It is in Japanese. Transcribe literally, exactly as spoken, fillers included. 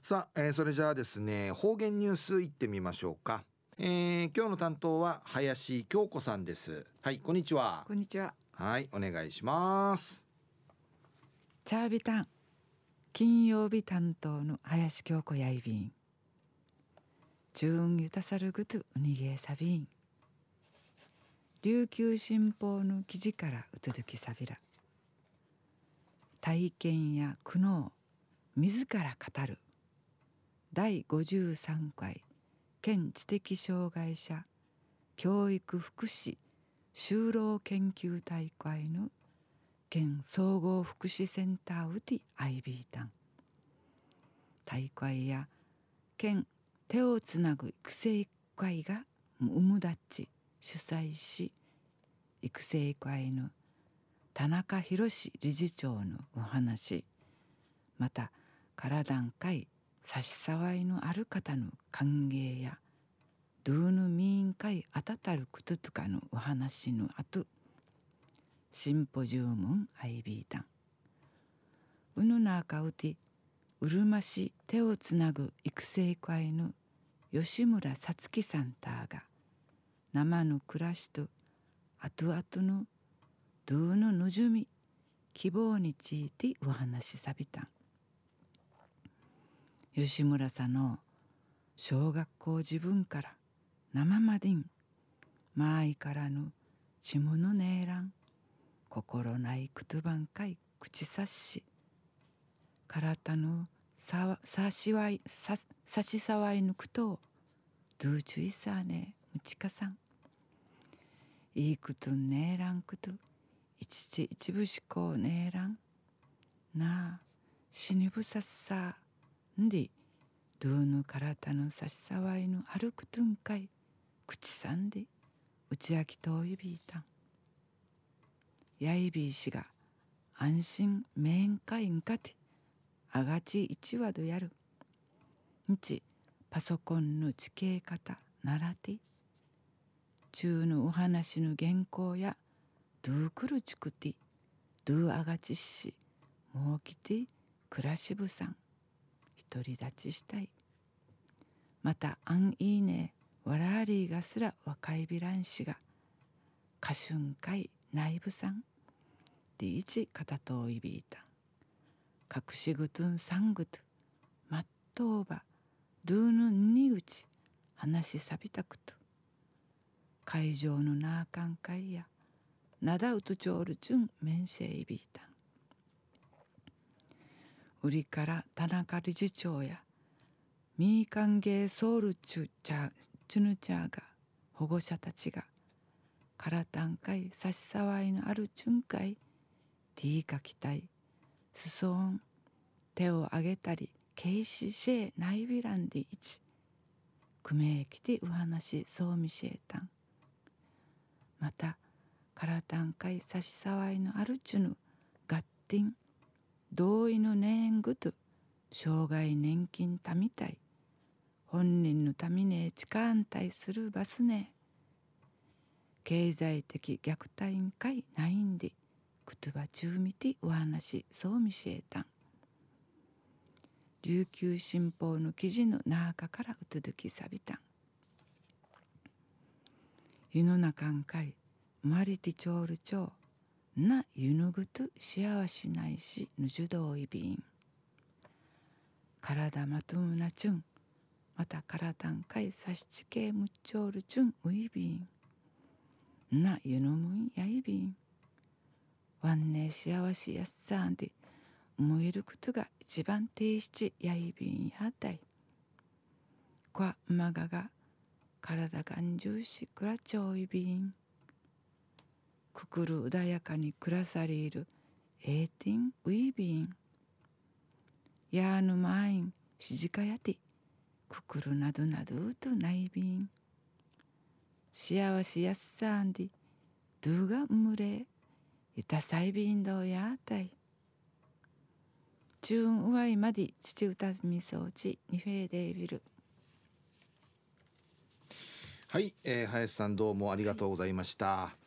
さあ、えーそれじゃあですね、方言ニュースいってみましょうか。えー今日の担当は林京子さんです。はい、こんにちは。 こんにちは。 はい、お願いします。 チャービタン金曜日担当の林京子やいびん。チューンユタサルグトゥウニゲーサビン。琉球新報の記事からうつづきさびら。体験や苦悩自ら語るだいごじゅうさんかい県知的障害者教育福祉就労研究大会の県総合福祉センターウティアイビータン大会や県手をつなぐ育成会がムムダッチ主催し、育成会の田中博理事長のお話、またから団会差し障りのある方の歓迎やドゥーヌミーン会あたたるくととかのお話のあとシンポジウムンアイビータンうぬなかうてうるま市手をつなぐ育成会の吉村さつきさんたが生の暮らしと後々のドゥーののじゅみ希望についてお話しさびたん。吉村さんの小学校自分から生までん前いからのちむのねえらん心ないくとばんかい口さっし体のささしわいささしさわいぬくとドゥーチュイサーねむちかさんいいくとんねえらんくといちちいちぶしこねえらんなあ死にぶさっさんでドゥーの体のさしさわいの歩くとんかい口さんでうちあきといびいたんやいびいしが安心めんかいんかてあがち一話どやるんちパソコンの地形方ならて中のお話の原稿やドゥークルチクティドゥーあがちしもうきて暮らしぶさん独り立ちしたいまたあんいいねわらありがすら若いびらんしがかしゅんかい内部さんでいちかたといびいたんかくしぐとんさんぐとまっとうばドゥーヌンにうち話しさびたくと会場のなあかんかいやなだうつちょうるちゅんめんせいびいたん売りから田中理事長やミーカンゲーソウルチュチャチュヌチャーが保護者たちがからたんかい差し障りのあるちゅんかいティーかきたいすそん手を挙げたりケイシシェーナイビランディイチくめいきてう話そうみしえたんまたからたんかい差し障りのあるちゅぬガッティン同意の年ぐと障害年金たみたい本人のために力ん対するバスね経済的虐待んかいないんでくとばちゅうみてお話そうみしえたん琉球新報の記事の中からうつづきさびたん湯の中んかいまりてちょうるちょうなゆぬぐと幸しないしぬじゅどういびん体まとむなちゅんまた体んかいさしちけむっちょうるちゅんういびんなゆぬむんやいびんわんね幸しやっさんで思えることが一番低七やいびんやたいこわまがが体がんじゅうしくらちょういびんくくる穏やかに暮らされるえいてんういびんやーぬまいんしじかやてくくるなどなどとないびん幸しやっさんでどうがむれいたさいびんどうやたい中うわいまで父歌みそうちにフェーデービル。 はい、えー林さんどうもありがとうございました。